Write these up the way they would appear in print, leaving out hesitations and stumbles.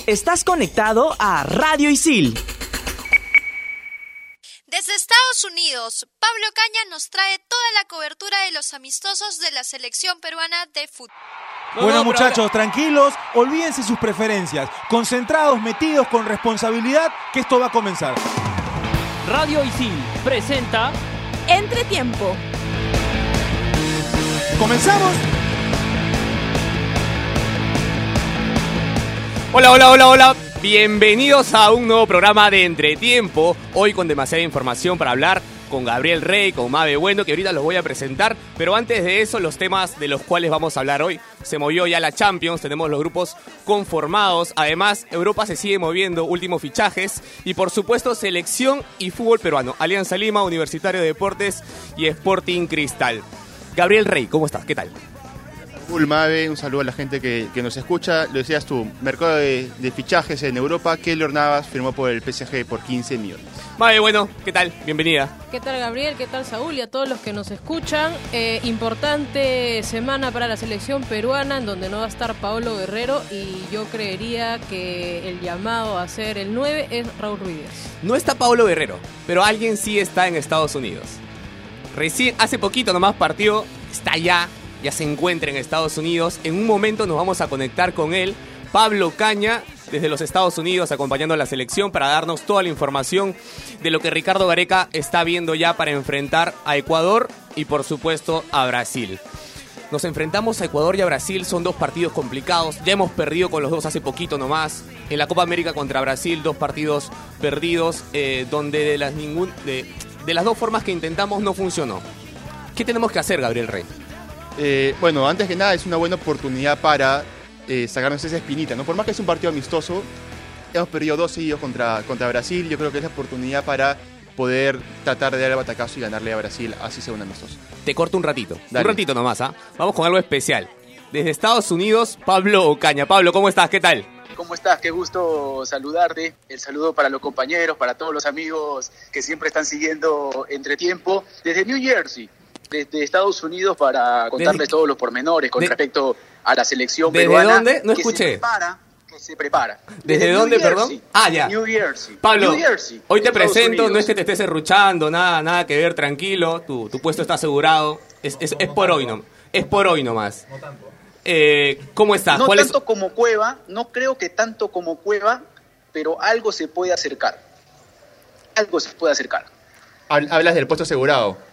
Estás conectado a Radio Isil. Desde Estados Unidos, Pablo Caña nos trae toda la cobertura de los amistosos de la selección peruana de fútbol. Bueno, muchachos, tranquilos, olvídense sus preferencias, concentrados, metidos con responsabilidad, que esto va a comenzar. Radio Isil presenta Entretiempo. ¿Comenzamos? Hola. Bienvenidos a un nuevo programa de Entretiempo. Hoy con demasiada información para hablar con Gabriel Rey, con Mabe Bueno, que ahorita los voy a presentar. Pero antes de eso, los temas de los cuales vamos a hablar hoy. Se movió ya la Champions, tenemos los grupos conformados. Además, Europa se sigue moviendo, últimos fichajes. Y por supuesto, selección y fútbol peruano. Alianza Lima, Universitario de Deportes y Sporting Cristal. Gabriel Rey, ¿cómo estás? ¿Qué tal? Mabe, un saludo a la gente que nos escucha. Lo decías tú, mercado de fichajes en Europa. Keylor Navas firmó por el PSG por 15 millones. Mabe, bueno, ¿qué tal? Bienvenida. ¿Qué tal, Gabriel? ¿Qué tal, Saúl? Y a todos los que nos escuchan. Importante semana para la selección peruana, en donde no va a estar Paolo Guerrero. Y yo creería que el llamado a ser el 9 es Raúl Ruiz. No está Paolo Guerrero, pero alguien sí está en Estados Unidos. Recién, hace poquito nomás partió, está allá. Ya se encuentra en Estados Unidos. En un momento nos vamos a conectar con él, Pablo Caña, desde los Estados Unidos, acompañando a la selección para darnos toda la información de lo que Ricardo Gareca está viendo ya para enfrentar a Ecuador y, por supuesto, a Brasil. Nos enfrentamos a Ecuador y a Brasil, son dos partidos complicados. Ya hemos perdido con los dos hace poquito nomás. En la Copa América contra Brasil, 2 partidos perdidos, donde de las dos formas que intentamos no funcionó. ¿Qué tenemos que hacer, Gabriel Rey? Bueno, antes que nada es una buena oportunidad para sacarnos esa espinita, ¿no? Por más que es un partido amistoso, hemos perdido 2 seguidos contra Brasil. Yo creo que es la oportunidad para poder tratar de dar el batacazo y ganarle a Brasil, así sea un amistoso. Te corto un ratito, Dale. Un ratito nomás, ¿ah? Vamos con algo especial. Desde Estados Unidos, Pablo Caña. Pablo, ¿cómo estás? ¿Qué tal? ¿Cómo estás? Qué gusto saludarte. El saludo para los compañeros, para todos los amigos que siempre están siguiendo Entretiempo. Desde New Jersey, desde Estados Unidos, para contarles todos los pormenores con respecto a la selección peruana. ¿Desde dónde? No escuché. Que se prepara. ¿Desde dónde, perdón? Ya. New Jersey. Pablo, New Jersey, hoy te Estados presento, Unidos. no es que te estés serruchando, nada que ver, tranquilo. Tu puesto está asegurado. Es por hoy, no. Es por hoy nomás. No tanto. ¿Cómo estás? No tanto como Cueva, no creo que tanto como Cueva, pero algo se puede acercar. Hablas del puesto asegurado.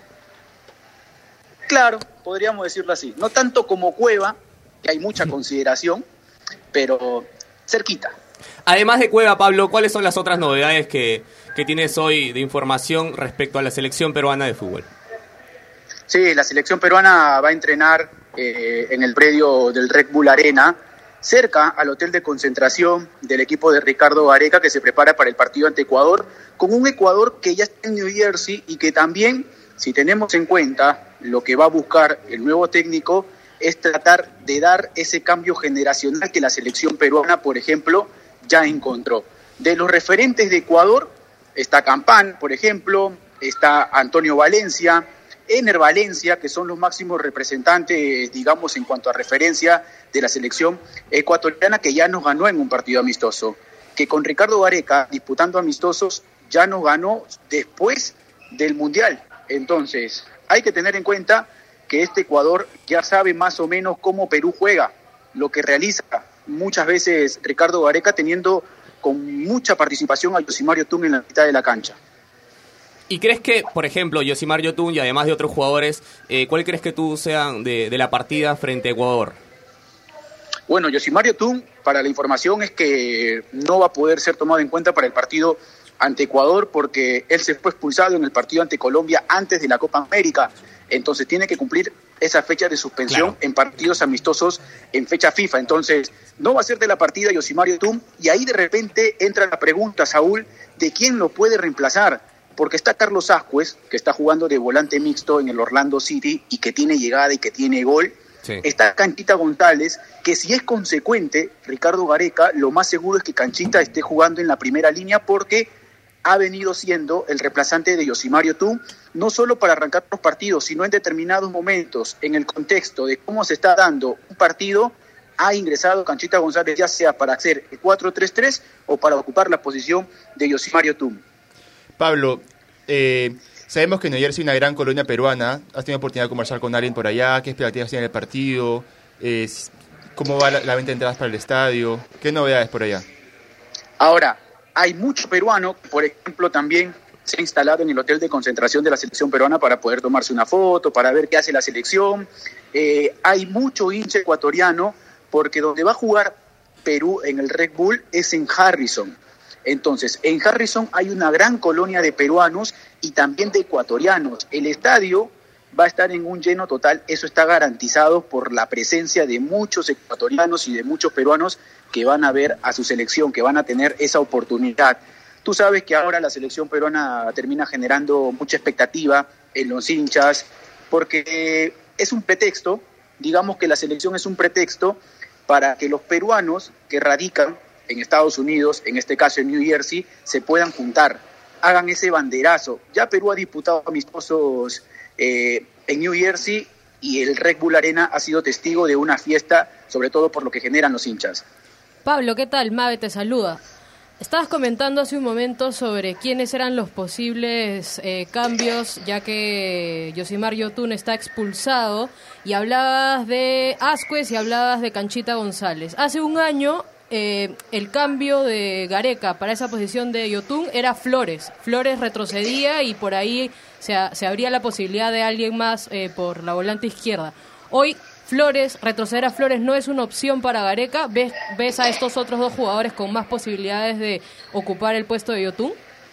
Claro, podríamos decirlo así. No tanto como Cueva, que hay mucha consideración, pero cerquita. Además de Cueva, Pablo, ¿cuáles son las otras novedades que tienes hoy de información respecto a la selección peruana de fútbol? Sí, la selección peruana va a entrenar en el predio del Red Bull Arena, cerca al hotel de concentración del equipo de Ricardo Gareca, que se prepara para el partido ante Ecuador, con un Ecuador que ya está en New Jersey y que también, si tenemos en cuenta lo que va a buscar el nuevo técnico, es tratar de dar ese cambio generacional que la selección peruana, por ejemplo, ya encontró. De los referentes de Ecuador, está Campán, por ejemplo, está Antonio Valencia, Ener Valencia, que son los máximos representantes, digamos, en cuanto a referencia de la selección ecuatoriana, que ya nos ganó en un partido amistoso, que con Ricardo Gareca, disputando amistosos, ya nos ganó después del Mundial. Entonces, hay que tener en cuenta que este Ecuador ya sabe más o menos cómo Perú juega, lo que realiza muchas veces Ricardo Gareca, teniendo con mucha participación a Yosimar Yotun en la mitad de la cancha. ¿Y crees que, por ejemplo, Yosimar Yotun y además de otros jugadores, cuál crees que tú sean de la partida frente a Ecuador? Bueno, Yosimar Yotun, para la información, es que no va a poder ser tomado en cuenta para el partido ante Ecuador, porque él se fue expulsado en el partido ante Colombia antes de la Copa América. Entonces tiene que cumplir esa fecha de suspensión, claro, en partidos amistosos en fecha FIFA. Entonces no va a ser de la partida Yosimar Yotun, y ahí de repente entra la pregunta, Saúl, de quién lo puede reemplazar, porque está Carlos Ascuez, que está jugando de volante mixto en el Orlando City y que tiene llegada y que tiene gol. Sí. Está Canchita González, que si es consecuente Ricardo Gareca, lo más seguro es que Canchita esté jugando en la primera línea, porque ha venido siendo el reemplazante de Yosimar Yotun, no solo para arrancar los partidos, sino en determinados momentos, en el contexto de cómo se está dando un partido, ha ingresado Canchita González, ya sea para hacer el 4-3-3 o para ocupar la posición de Yosimar Yotun. Pablo, sabemos que New Jersey es una gran colonia peruana. ¿Has tenido oportunidad de conversar con alguien por allá? ¿Qué expectativas tiene el partido? ¿Cómo va la venta de entradas para el estadio? ¿Qué novedades por allá? Ahora, hay mucho peruano, por ejemplo, también se ha instalado en el hotel de concentración de la selección peruana para poder tomarse una foto, para ver qué hace la selección. Hay mucho hincha ecuatoriano, porque donde va a jugar Perú en el Red Bull es en Harrison. Entonces, en Harrison hay una gran colonia de peruanos y también de ecuatorianos. El estadio va a estar en un lleno total, eso está garantizado por la presencia de muchos ecuatorianos y de muchos peruanos que van a ver a su selección, que van a tener esa oportunidad. Tú sabes que ahora la selección peruana termina generando mucha expectativa en los hinchas, porque es un pretexto, digamos que la selección es un pretexto para que los peruanos que radican en Estados Unidos, en este caso en New Jersey, se puedan juntar, hagan ese banderazo. Ya Perú ha disputado amistosos en New Jersey y el Red Bull Arena ha sido testigo de una fiesta, sobre todo por lo que generan los hinchas. Pablo, ¿qué tal? Mabe te saluda. Estabas comentando hace un momento sobre quiénes eran los posibles cambios, ya que Yosimar Yotun está expulsado, y hablabas de Ascuez y hablabas de Canchita González. Hace un año el cambio de Gareca para esa posición de Yotun era Flores. Flores retrocedía y por ahí se abría la posibilidad de alguien más por la volante izquierda. Hoy retroceder a Flores no es una opción para Gareca. ¿Ves a estos otros dos jugadores con más posibilidades de ocupar el puesto de Yotun?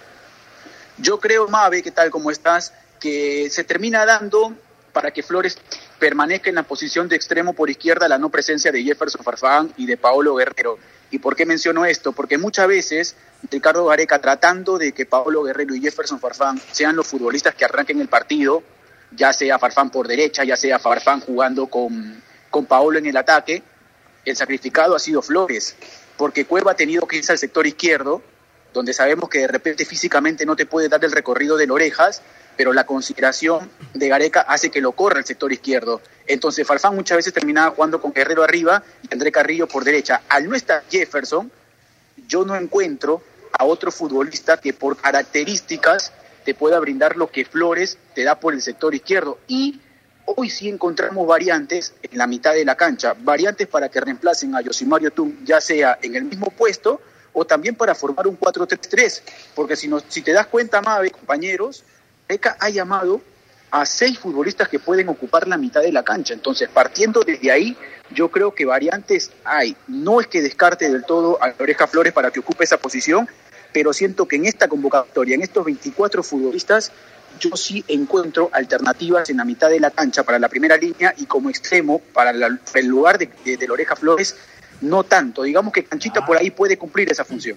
Yo creo, Mabe, ¿qué tal? ¿Cómo estás? Que se termina dando para que Flores permanezca en la posición de extremo por izquierda la no presencia de Jefferson Farfán y de Paolo Guerrero. ¿Y por qué menciono esto? Porque muchas veces Ricardo Gareca, tratando de que Paolo Guerrero y Jefferson Farfán sean los futbolistas que arranquen el partido, ya sea Farfán por derecha, ya sea Farfán jugando con Paolo en el ataque, el sacrificado ha sido Flores, porque Cueva ha tenido que irse al sector izquierdo, donde sabemos que de repente físicamente no te puede dar el recorrido de Orejas, pero la consideración de Gareca hace que lo corra al sector izquierdo. Entonces Farfán muchas veces terminaba jugando con Guerrero arriba y André Carrillo por derecha. Al no estar Jefferson, yo no encuentro a otro futbolista que por características te pueda brindar lo que Flores te da por el sector izquierdo. Y hoy sí encontramos variantes en la mitad de la cancha, variantes para que reemplacen a Yosimar Yotun, ya sea en el mismo puesto o también para formar un 4-3-3, porque si te das cuenta, Mabe, compañeros, Gareca ha llamado a 6 futbolistas que pueden ocupar la mitad de la cancha. Entonces, partiendo desde ahí, yo creo que variantes hay. No es que descarte del todo a Oreja Flores para que ocupe esa posición, pero siento que en esta convocatoria, en estos 24 futbolistas, yo sí encuentro alternativas en la mitad de la cancha para la primera línea y como extremo para el lugar de Oreja Flores, no tanto. Digamos que Canchita por ahí puede cumplir esa función.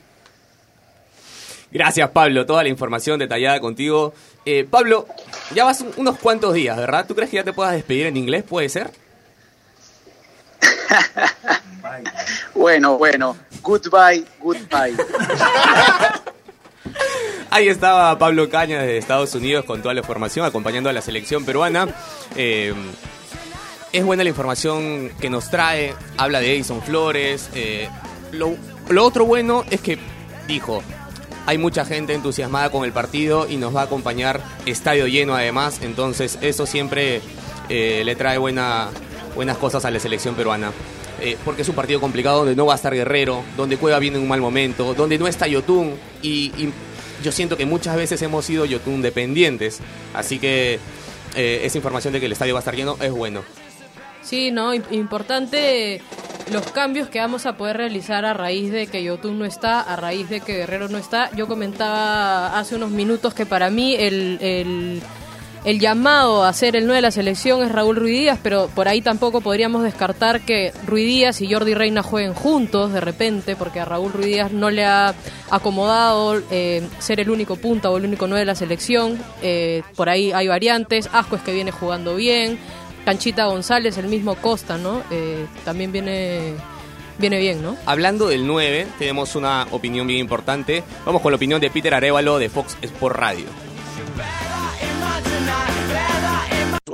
Gracias, Pablo, toda la información detallada contigo. Pablo, ya vas unos cuantos días, ¿verdad? ¿Tú crees que ya te puedas despedir en inglés? ¿Puede ser? Bueno, goodbye. Ahí estaba Pablo Caña desde Estados Unidos con toda la información, acompañando a la selección peruana. Es buena la información que nos trae, habla de Edison Flores. Lo otro bueno es que dijo, hay mucha gente entusiasmada con el partido y nos va a acompañar estadio lleno además, entonces eso siempre le trae buenas cosas a la selección peruana. Porque es un partido complicado donde no va a estar Guerrero, donde Cueva viene en un mal momento, donde no está Yotun y yo siento que muchas veces hemos sido Yotun dependientes, así que esa información de que el estadio va a estar lleno es bueno. Sí, no, importante los cambios que vamos a poder realizar a raíz de que Yotun no está, a raíz de que Guerrero no está. Yo comentaba hace unos minutos que para mí el llamado a ser el 9 de la selección es Raúl Ruidíaz, pero por ahí tampoco podríamos descartar que Ruidíaz y Jordi Reina jueguen juntos de repente, porque a Raúl Ruidíaz no le ha acomodado ser el único punta o el único 9 de la selección. Por ahí hay variantes. Ascuez, que viene jugando bien. Canchita González, el mismo Costa, ¿no? También viene bien, ¿no? Hablando del 9, tenemos una opinión bien importante. Vamos con la opinión de Peter Arévalo de Fox Sports Radio.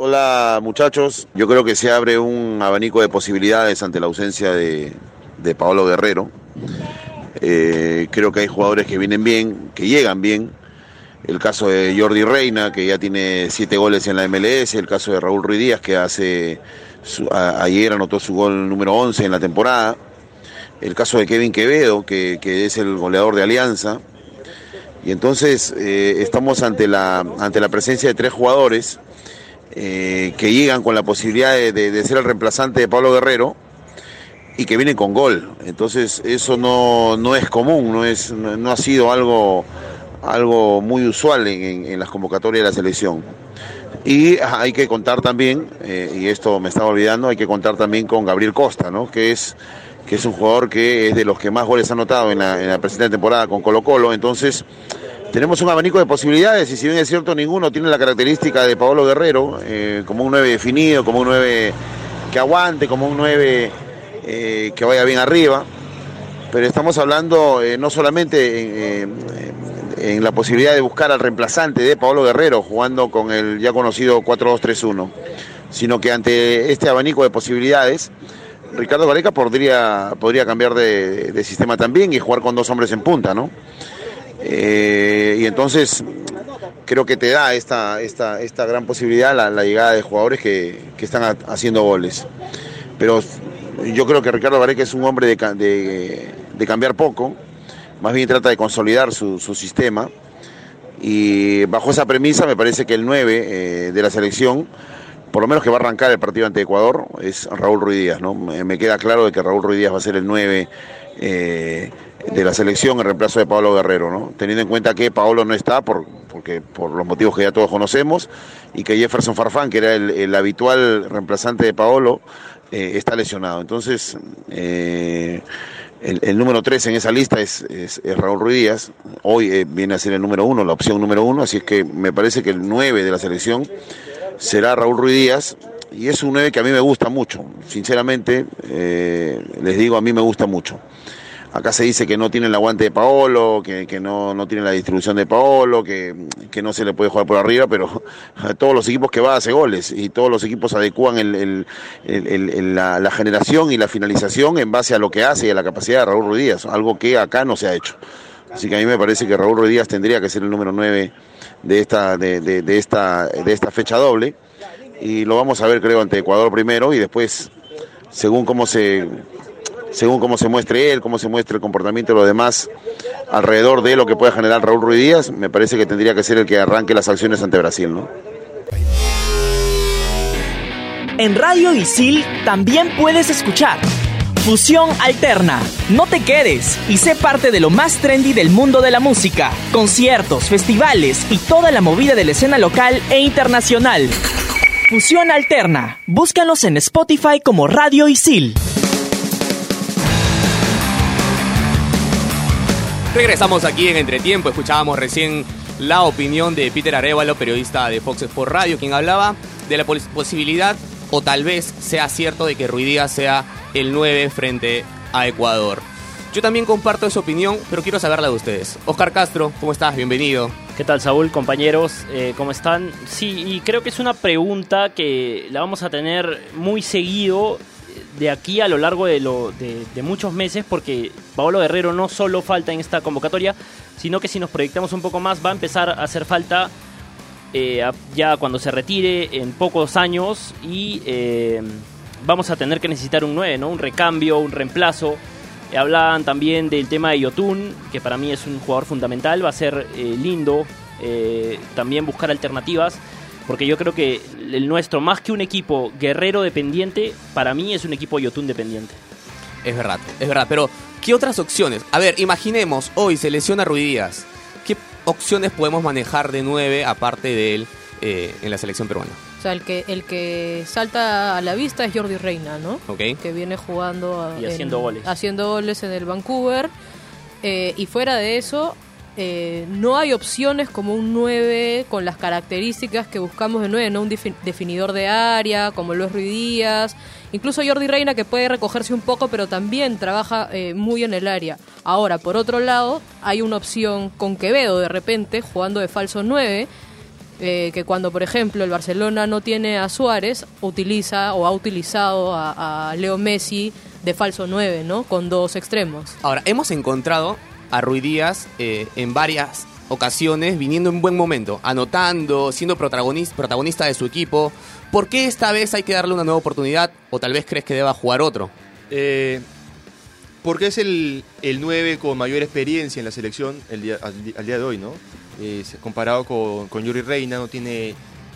hola muchachos. Yo creo que se abre un abanico de posibilidades ante la ausencia de Paolo Guerrero. Creo que hay jugadores que vienen bien, que llegan bien. El caso de Jordi Reina, que ya tiene 7 goles en la MLS. El caso de Raúl Ruiz Díaz, que ayer anotó su gol número 11 en la temporada. El caso de Kevin Quevedo, que es el goleador de Alianza. Y entonces estamos ante la presencia de 3 jugadores que llegan con la posibilidad de ser el reemplazante de Paolo Guerrero y que vienen con gol. Entonces eso no es común, no ha sido algo muy usual en las convocatorias de la selección. Y hay que contar también, y esto me estaba olvidando, hay que contar también con Gabriel Costa, ¿no? que es un jugador que es de los que más goles ha anotado en la presente temporada con Colo-Colo. Entonces tenemos un abanico de posibilidades, y si bien es cierto, ninguno tiene la característica de Paolo Guerrero, como un 9 definido, como un 9 que aguante, como un 9 que vaya bien arriba. Pero estamos hablando no solamente en la posibilidad de buscar al reemplazante de Paolo Guerrero, jugando con el ya conocido 4-2-3-1, sino que ante este abanico de posibilidades, Ricardo Gareca podría cambiar de sistema también y jugar con 2 hombres en punta, ¿no? Y entonces creo que te da esta gran posibilidad la llegada de jugadores que están haciendo goles. Pero yo creo que Ricardo Gareca es un hombre de cambiar poco, más bien trata de consolidar su sistema, y bajo esa premisa me parece que el 9 de la selección, por lo menos que va a arrancar el partido ante Ecuador, es Raúl Ruiz Díaz, ¿no? Me queda claro de que Raúl Ruiz Díaz va a ser el 9 de la selección en reemplazo de Paolo Guerrero, ¿no? Teniendo en cuenta que Paolo no está por los motivos que ya todos conocemos, y que Jefferson Farfán, que era el habitual reemplazante de Paolo, está lesionado. Entonces el número 3 en esa lista es Raúl Ruiz Díaz. Hoy viene a ser el número 1, la opción número 1, así es que me parece que el 9 de la selección será Raúl Ruiz Díaz, y es un 9 que a mí me gusta mucho, sinceramente, les digo, a mí me gusta mucho. Acá se dice que no tiene el aguante de Paolo, que no tiene la distribución de Paolo, que no se le puede jugar por arriba, pero a todos los equipos que va hace goles, y todos los equipos adecúan la generación y la finalización en base a lo que hace y a la capacidad de Raúl Ruiz Díaz, algo que acá no se ha hecho. Así que a mí me parece que Raúl Ruiz Díaz tendría que ser el número 9 de esta fecha doble, y lo vamos a ver, creo, ante Ecuador primero, y después, según cómo se muestre él, cómo se muestre el comportamiento de los demás alrededor de lo que pueda generar Raúl Ruiz Díaz, me parece que tendría que ser el que arranque las acciones ante Brasil, ¿no? En Radio Isil también puedes escuchar Fusión Alterna. No te quedes y sé parte de lo más trendy del mundo de la música, conciertos, festivales y toda la movida de la escena local e internacional. Fusión Alterna. Búscanos en Spotify como Radio Isil. Regresamos aquí en Entretiempo. Escuchábamos recién la opinión de Peter Arévalo, periodista de Fox Sports Radio, quien hablaba de la posibilidad, o tal vez sea cierto, de que Ruiz Díaz sea el 9 frente a Ecuador. Yo también comparto esa opinión, pero quiero saberla de ustedes. Oscar Castro, ¿cómo estás? Bienvenido. ¿Qué tal, Saúl? Compañeros, ¿cómo están? Sí, y creo que es una pregunta que la vamos a tener muy seguido de aquí a lo largo de muchos meses, porque Paolo Guerrero no solo falta en esta convocatoria, sino que si nos proyectamos un poco más va a empezar a hacer falta ya cuando se retire en pocos años, y vamos a tener que necesitar un 9, ¿no? Un recambio, un reemplazo. Hablaban también del tema de Yotun, que para mí es un jugador fundamental. Va a ser lindo también buscar alternativas, porque yo creo que el nuestro, más que un equipo Guerrero dependiente, para mí es un equipo Yotun dependiente. Es verdad, pero ¿qué otras opciones? A ver, imaginemos, hoy se lesiona Ruiz Díaz. ¿Qué opciones podemos manejar de 9 aparte de él en la selección peruana? O sea, el que salta a la vista es Jordi Reina, ¿no? Okay. Que viene jugando y haciendo goles en el Vancouver. Y fuera de eso, no hay opciones como un 9 con las características que buscamos de 9, ¿no? Un definidor de área, como lo es Ruiz Díaz. Incluso Jordi Reina, que puede recogerse un poco, pero también trabaja muy en el área. Ahora, por otro lado, hay una opción con Quevedo, de repente, jugando de falso 9, que cuando, por ejemplo, el Barcelona no tiene a Suárez, utiliza o ha utilizado a Leo Messi de falso 9, ¿no? Con dos extremos. Ahora, hemos encontrado a Ruidíaz en varias ocasiones viniendo en buen momento, anotando, siendo protagonista de su equipo. ¿Por qué esta vez hay que darle una nueva oportunidad? ¿O tal vez crees que deba jugar otro? Porque es el 9 con mayor experiencia en la selección al día de hoy, ¿no? Comparado con Jordi Reina, no tiene,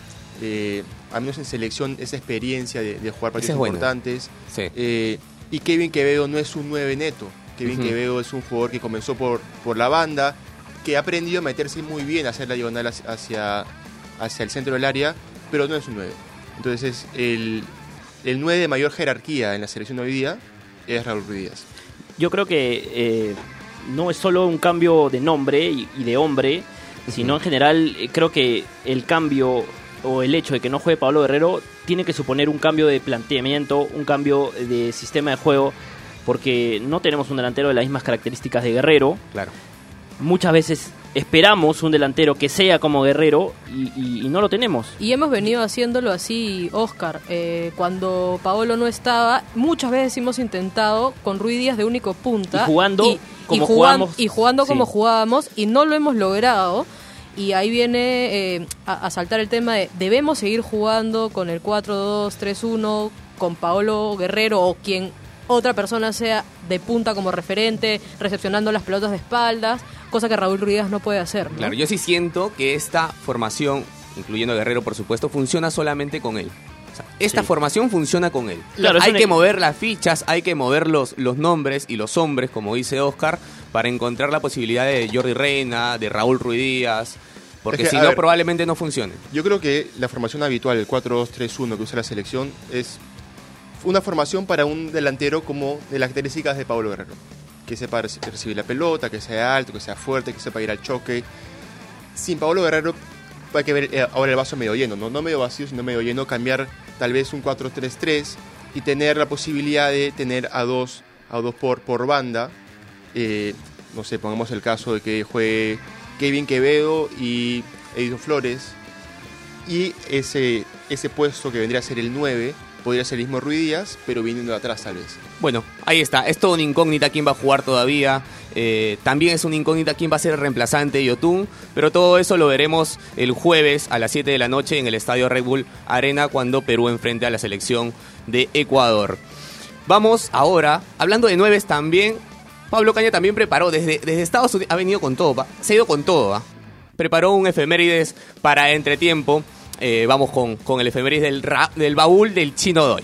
al menos en selección, esa experiencia de jugar partidos importantes. Sí. Y Kevin Quevedo no es un 9 neto. Kevin Quevedo es un jugador que comenzó por la banda, que ha aprendido a meterse muy bien, a hacer la diagonal hacia el centro del área, pero no es un 9. Entonces, el 9 de mayor jerarquía en la selección hoy día es Raúl Ruidíaz. Yo creo que no es solo un cambio de nombre y de hombre, sino en general creo que el cambio o el hecho de que no juegue Pablo Guerrero tiene que suponer un cambio de planteamiento, un cambio de sistema de juego, porque no tenemos un delantero de las mismas características de Guerrero. Claro. Muchas veces esperamos un delantero que sea como Guerrero y no lo tenemos. Y hemos venido haciéndolo así, Oscar. Cuando Paolo no estaba, muchas veces hemos intentado con Ruidíaz de único punta. Y jugando como jugábamos y no lo hemos logrado. Y ahí viene a saltar el tema de debemos seguir jugando con el 4-2-3-1, con Paolo Guerrero o quien otra persona sea de punta como referente, recepcionando las pelotas de espaldas, cosa que Raúl Ruidíaz no puede hacer, ¿no? Claro, yo sí siento que esta formación, incluyendo a Guerrero por supuesto, funciona solamente con él. O sea, esta formación funciona con él. Claro, hay que mover las fichas, hay que mover los nombres y los hombres, como dice Oscar, para encontrar la posibilidad de Jordi Reina, de Raúl Ruidíaz, porque es que, si no probablemente no funcione. Yo creo que la formación habitual, el 4-2-3-1 que usa la selección, es una formación para un delantero como de las características de Pablo Guerrero, que sepa recibir la pelota, que sea alto, que sea fuerte, que sepa ir al choque. Sin Pablo Guerrero hay que ver ahora el vaso medio lleno, no medio vacío, sino medio lleno, cambiar tal vez un 4-3-3 y tener la posibilidad de tener a dos por banda. No sé, pongamos el caso de que juegue Kevin Quevedo y Edison Flores, y ese puesto que vendría a ser el 9 podría ser el mismo Ruidíaz, pero viniendo de atrás tal vez. Bueno, ahí está, es toda una incógnita quién va a jugar todavía. También es una incógnita quién va a ser el reemplazante de Yotun, pero todo eso lo veremos el jueves a las 7 de la noche en el estadio Red Bull Arena, cuando Perú enfrente a la selección de Ecuador. Vamos ahora, hablando de nueves también, Pablo Caña también preparó desde Estados Unidos, ha venido con todo, se ha ido con todo, preparó un efemérides para entretiempo. Vamos con el efemérides del baúl del Chino Doy.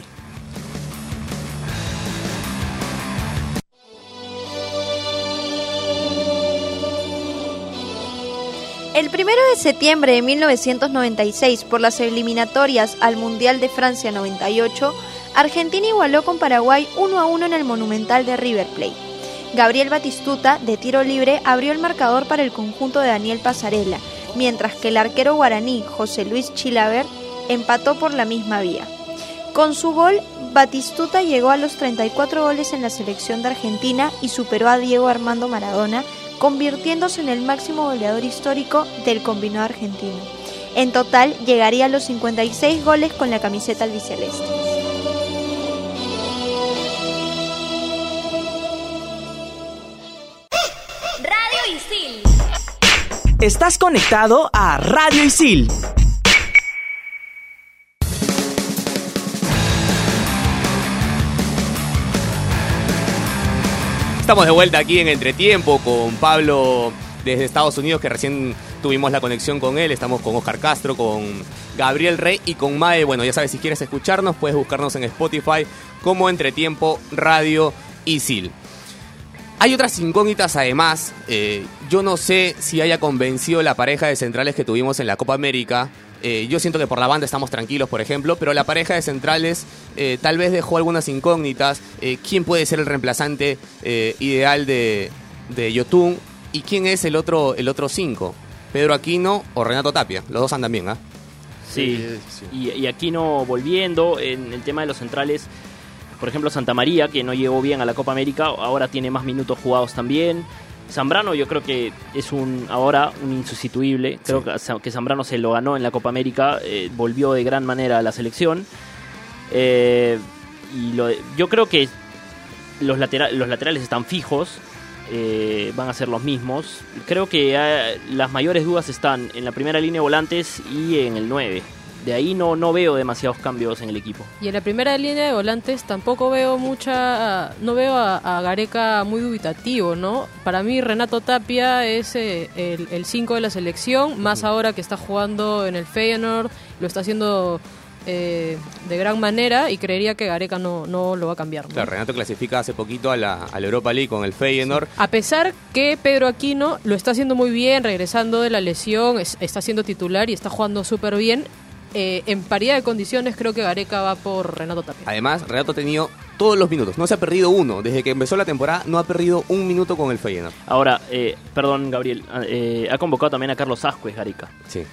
El 1 de septiembre de 1996, por las eliminatorias al Mundial de Francia 98, Argentina igualó con Paraguay 1-1 en el Monumental de River Plate. Gabriel Batistuta, de tiro libre, abrió el marcador para el conjunto de Daniel Passarella, mientras que el arquero guaraní José Luis Chilaver empató por la misma vía. Con su gol, Batistuta llegó a los 34 goles en la selección de Argentina y superó a Diego Armando Maradona, convirtiéndose en el máximo goleador histórico del combinado argentino. En total, llegaría a los 56 goles con la camiseta albiceleste. Radio Isil. Estás conectado a Radio Isil. Estamos de vuelta aquí en Entretiempo con Pablo desde Estados Unidos, que recién tuvimos la conexión con él. Estamos con Oscar Castro, con Gabriel Rey y con Mae. Bueno, ya sabes, si quieres escucharnos, puedes buscarnos en Spotify como Entretiempo Radio Isil. Hay otras incógnitas además. Yo no sé si haya convencido la pareja de centrales que tuvimos en la Copa América. Yo siento que por la banda estamos tranquilos, por ejemplo, pero la pareja de centrales tal vez dejó algunas incógnitas. ¿Quién puede ser el reemplazante ideal de Yotun? ¿Y quién es el otro 5? ¿Pedro Aquino o Renato Tapia? Los dos andan bien, ¿ah? Sí. Y Aquino volviendo en el tema de los centrales. Por ejemplo, Santa María, que no llegó bien a la Copa América, ahora tiene más minutos jugados también. Zambrano yo creo que es ahora un insustituible. Creo que Zambrano se lo ganó en la Copa América, volvió de gran manera a la selección. Yo creo que los laterales están fijos, van a ser los mismos. Creo que las mayores dudas están en la primera línea de volantes y en el 9. De ahí no veo demasiados cambios en el equipo. Y en la primera línea de volantes tampoco veo no veo a Gareca muy dubitativo, ¿no? Para mí Renato Tapia es el 5 de la selección, más ahora que está jugando en el Feyenoord, lo está haciendo de gran manera y creería que Gareca no lo va a cambiar, ¿no? Claro, Renato clasifica hace poquito a la Europa League con el Feyenoord. Sí. A pesar que Pedro Aquino lo está haciendo muy bien, regresando de la lesión, está siendo titular y está jugando súper bien. En paridad de condiciones creo que Gareca va por Renato Tapia. Además, Renato ha tenido todos los minutos, no se ha perdido uno. Desde que empezó la temporada no ha perdido un minuto con el Feyenoord. Ahora, perdón Gabriel, ha convocado también a Carlos Ascuez Gareca. Sí.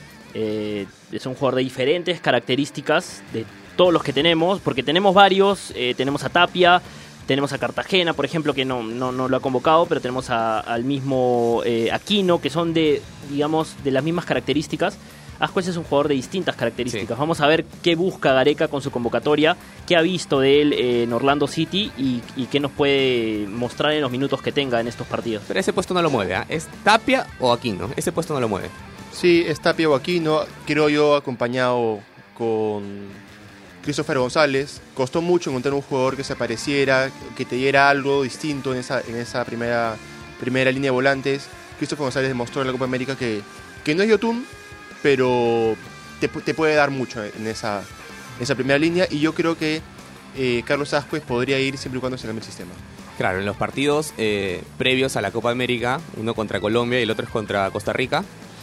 Es un jugador de diferentes características de todos los que tenemos, porque tenemos varios, tenemos a Tapia, tenemos a Cartagena, por ejemplo, que no lo ha convocado, pero tenemos al mismo Aquino, que son de las mismas características. Ascuez es un jugador de distintas características. Sí. Vamos a ver qué busca Gareca con su convocatoria, qué ha visto de él en Orlando City y qué nos puede mostrar en los minutos que tenga en estos partidos. Pero ese puesto no lo mueve, ¿eh? ¿Es Tapia o Aquino? Ese puesto no lo mueve. Sí, es Tapia o Aquino, creo yo, acompañado con Christopher González. Costó mucho encontrar un jugador que se pareciera, que te diera algo distinto en esa primera línea de volantes. Christopher González demostró en la Copa América que no es Yotun, pero te puede dar mucho en esa primera línea, y yo creo que Carlos Ascuez podría ir siempre y cuando se cambie el sistema. Claro, en los partidos previos a la Copa América, uno contra Colombia y el otro es contra Costa Rica,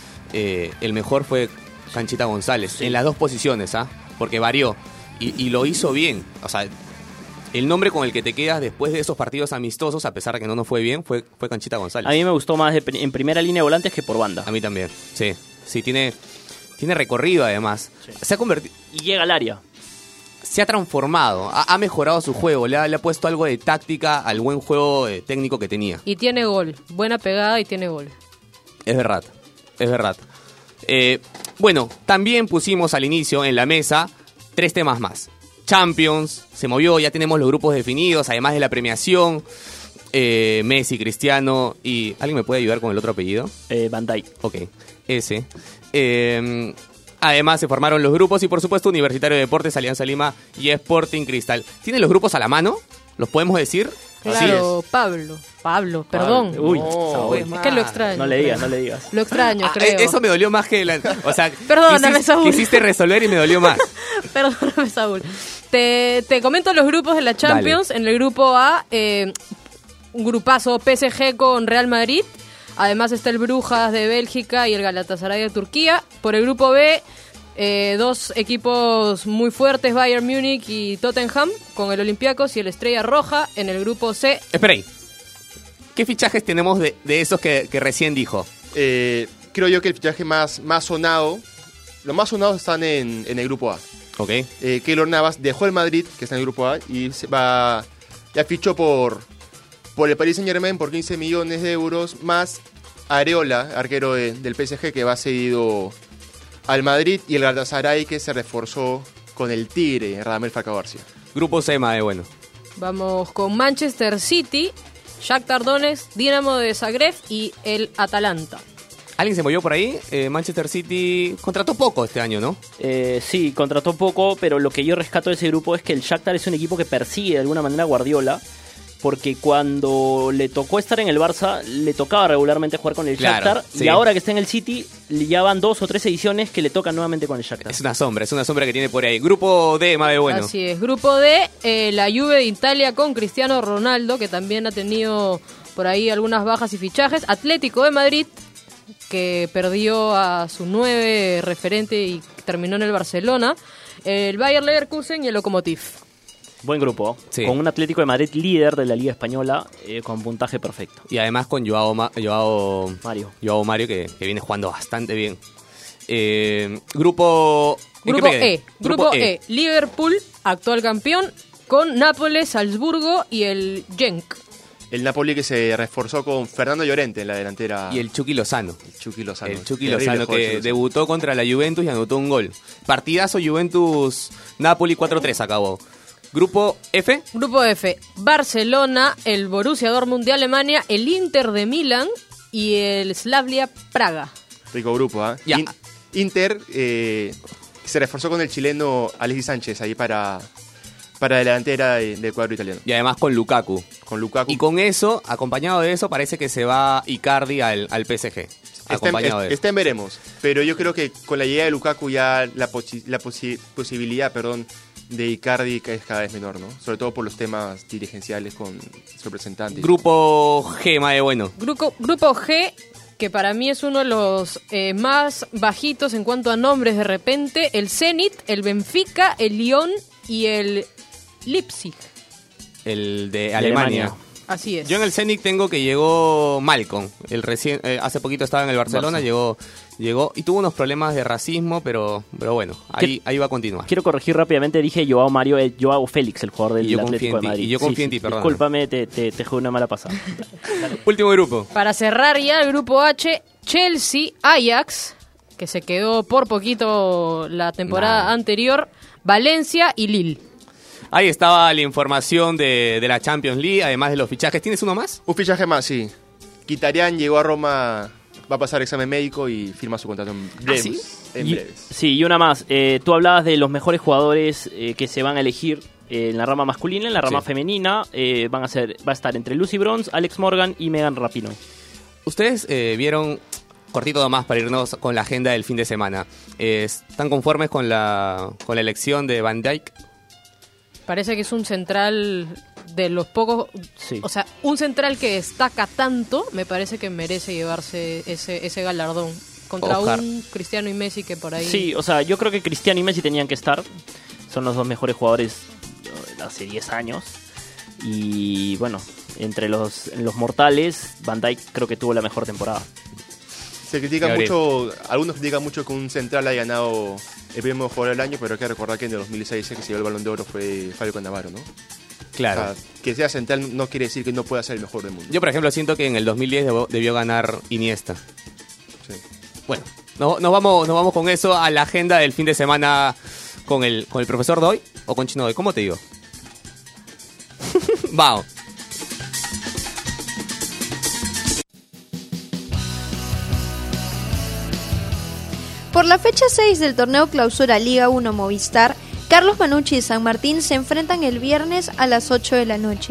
el mejor fue Canchita González, sí, en las dos posiciones, porque varió y lo hizo bien. O sea, el nombre con el que te quedas después de esos partidos amistosos, a pesar de que no nos fue bien, fue Canchita González. A mí me gustó más en primera línea de volantes que por banda. A mí también, sí. Sí, tiene recorrido además. Sí. Se ha convertido... Y llega al área. Se ha transformado, ha mejorado su juego, le ha puesto algo de táctica al buen juego técnico que tenía. Y tiene gol, buena pegada y tiene gol. Es verdad. Bueno, también pusimos al inicio en la mesa 3 temas más. Champions, se movió, ya tenemos los grupos definidos, además de la premiación. Messi, Cristiano y... ¿Alguien me puede ayudar con el otro apellido? Van Dijk. Ok, ese. Además se formaron los grupos y por supuesto Universitario de Deportes, Alianza Lima y Sporting Cristal. ¿Tienen los grupos a la mano? ¿Los podemos decir? Claro, Pablo, perdón. Uy, es que lo extraño. No le digas. Lo extraño, creo. Eso me dolió más que o sea, perdóname, Saúl. Quisiste resolver y me dolió más. Perdóname, Saúl. Te comento los grupos de la Champions. Dale. En el grupo A, un grupazo PSG con Real Madrid. Además está el Brujas de Bélgica y el Galatasaray de Turquía. Por el grupo B, 2 equipos muy fuertes, Bayern Múnich y Tottenham, con el Olympiacos y el Estrella Roja. En el grupo C... Espera ahí. ¿Qué fichajes tenemos de esos que recién dijo? Creo yo que el fichaje más sonado, los más sonados están en el grupo A. Ok. Keylor Navas dejó el Madrid, que está en el grupo A, y ya fichó por el Paris Saint-Germain por 15 millones de euros, más Areola, arquero del PSG, que va cedido al Madrid, y el Galatasaray, que se reforzó con el Tigre, Radamel Falcao García. Grupo C, de bueno. Vamos con Manchester City, Shakhtar Donetsk, Dinamo de Zagreb y el Atalanta. ¿Alguien se movió por ahí? Manchester City contrató poco este año, ¿no? Sí, contrató poco, pero lo que yo rescato de ese grupo es que el Shakhtar es un equipo que persigue de alguna manera a Guardiola, porque cuando le tocó estar en el Barça, le tocaba regularmente jugar con el Shakhtar, sí. Y ahora que está en el City, ya van 2 o 3 ediciones que le tocan nuevamente con el Shakhtar. Es una sombra que tiene por ahí. Grupo D, más de bueno. Así es, grupo D, la Juve de Italia con Cristiano Ronaldo, que también ha tenido por ahí algunas bajas y fichajes. Atlético de Madrid, que perdió a su 9 referente y terminó en el Barcelona. El Bayer Leverkusen y el Lokomotiv. Buen grupo, sí. Con un Atlético de Madrid líder de la Liga Española, con puntaje perfecto. Y además con Joao Mario, que viene jugando bastante bien. Grupo E. Liverpool, actual campeón, con Nápoles, Salzburgo y el Genk. El Napoli que se reforzó con Fernando Llorente en la delantera. Y el Chucky Lozano. El Chucky Lozano. El Chucky Terrible Lozano juego, que Chucky. debutó contra la Juventus y anotó un gol. Partidazo Juventus-Napoli 4-3 acabó. Grupo F. Grupo F. Barcelona, el Borussia Dortmund de Alemania, el Inter de Milán y el Slavia Praga. Rico grupo, ¿ah? Ya. Inter se reforzó con el chileno Alexis Sánchez ahí para la delantera del cuadro italiano. Y además con Lukaku. Con Lukaku. Y con eso, acompañado de eso, parece que se va Icardi al PSG. Acompañado de eso. Está en veremos. Pero yo creo que con la llegada de Lukaku ya la posibilidad de Icardi es cada vez menor, ¿no? Sobre todo por los temas dirigenciales con su representante. Grupo G, mae, bueno. Grupo G, que para mí es uno de los más bajitos en cuanto a nombres de repente. El Zenit, el Benfica, el Lyon y el Leipzig. El de Alemania. Así es. Yo en el Zenit tengo que llegó Malcolm. Hace poquito estaba en el Barcelona, llegó y tuvo unos problemas de racismo, pero bueno, ahí va a continuar. Quiero corregir rápidamente, dije Joao Félix, el jugador del Atlético de Madrid. Y yo confío en ti, perdón. Discúlpame, te jugué una mala pasada. Último grupo. Para cerrar ya el grupo H, Chelsea, Ajax, que se quedó por poquito la temporada anterior, Valencia y Lille. Ahí estaba la información de la Champions League, además de los fichajes. ¿Tienes uno más? Un fichaje más, sí. Mkhitaryan llegó a Roma, va a pasar examen médico y firma su contrato en breves. ¿Sí? En breves. Sí, y una más. Tú hablabas de los mejores jugadores que se van a elegir en la rama masculina, en la rama femenina. Va a estar entre Lucy Bronze, Alex Morgan y Megan Rapinoe. Ustedes vieron, cortito nomás para irnos con la agenda del fin de semana. ¿Están conformes con la elección de Van Dijk? Parece que es un central de los pocos... Sí. O sea, un central que destaca tanto, me parece que merece llevarse ese galardón. Contra Oscar. un Cristiano y Messi que por ahí... Sí, o sea, yo creo que Cristiano y Messi tenían que estar. Son los dos mejores jugadores de hace 10 años. Y bueno, entre los mortales, Van Dijk creo que tuvo la mejor temporada. Se critica Gabriel. mucho, algunos critican mucho que un central haya ganado el primer jugador del año, pero hay que recordar que en el 2006 el que se llevó el Balón de Oro fue Fabio Cannavaro, ¿no? Claro. O sea, que sea central no quiere decir que no pueda ser el mejor del mundo. Yo, por ejemplo, siento que en el 2010 debió ganar Iniesta. Sí. Bueno, nos vamos con eso a la agenda del fin de semana con el profesor Doy o con Chino Doy. ¿Cómo te digo? Vamos. Por la fecha 6 del torneo Clausura Liga 1 Movistar, Carlos Manucci y San Martín se enfrentan el viernes a las 8 de la noche.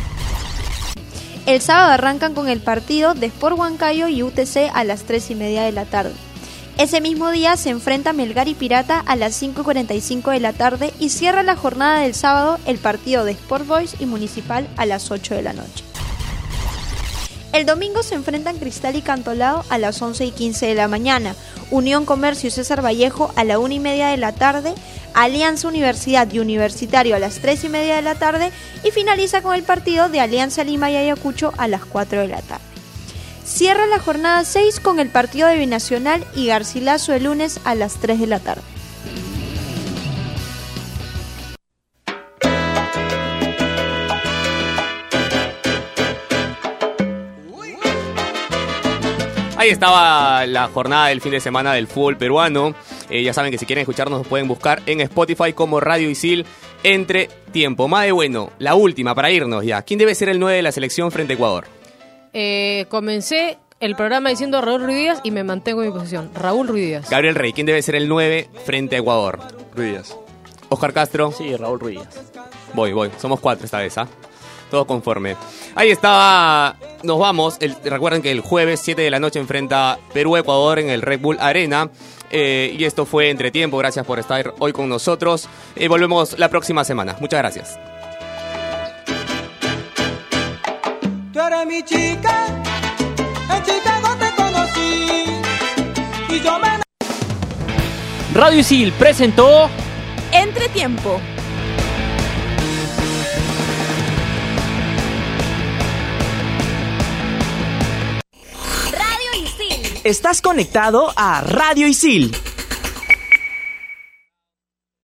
El sábado arrancan con el partido de Sport Huancayo y UTC a las 3:30 de la tarde. Ese mismo día se enfrenta Melgar y Pirata a las 5:45 de la tarde y cierra la jornada del sábado el partido de Sport Boys y Municipal a las 8 de la noche. El domingo se enfrentan Cristal y Cantolao a las 11:15 de la mañana, Unión Comercio y César Vallejo a la 1:30 de la tarde, Alianza Universidad y Universitario a las 3:30 de la tarde y finaliza con el partido de Alianza Lima y Ayacucho a las 4 de la tarde. Cierra la jornada 6 con el partido de Binacional y Garcilaso el lunes a las 3 de la tarde. Ahí estaba la jornada del fin de semana del fútbol peruano. Ya saben que si quieren escucharnos nos pueden buscar en Spotify como Radio Isil Entre Tiempo. Más de bueno, la última para irnos ya. ¿Quién debe ser el 9 de la selección frente a Ecuador? Comencé el programa diciendo Raúl Ruiz Díaz y me mantengo en mi posición. Raúl Ruiz Díaz. Gabriel Rey, ¿quién debe ser el 9 frente a Ecuador? Ruiz Díaz. Oscar Castro. Sí, Raúl Ruiz Díaz. Voy. Somos 4 esta vez, ¿ah? Todo conforme. Ahí estaba. Nos vamos. Recuerden que el jueves 7 de la noche enfrenta Perú-Ecuador en el Red Bull Arena. Y esto fue Entre Tiempo. Gracias por estar hoy con nosotros. Volvemos la próxima semana. Muchas gracias. Tú eres mi chica, en Chicago te conocí y yo me... Radio Isil presentó Entre Tiempo. Estás conectado a Radio Isil.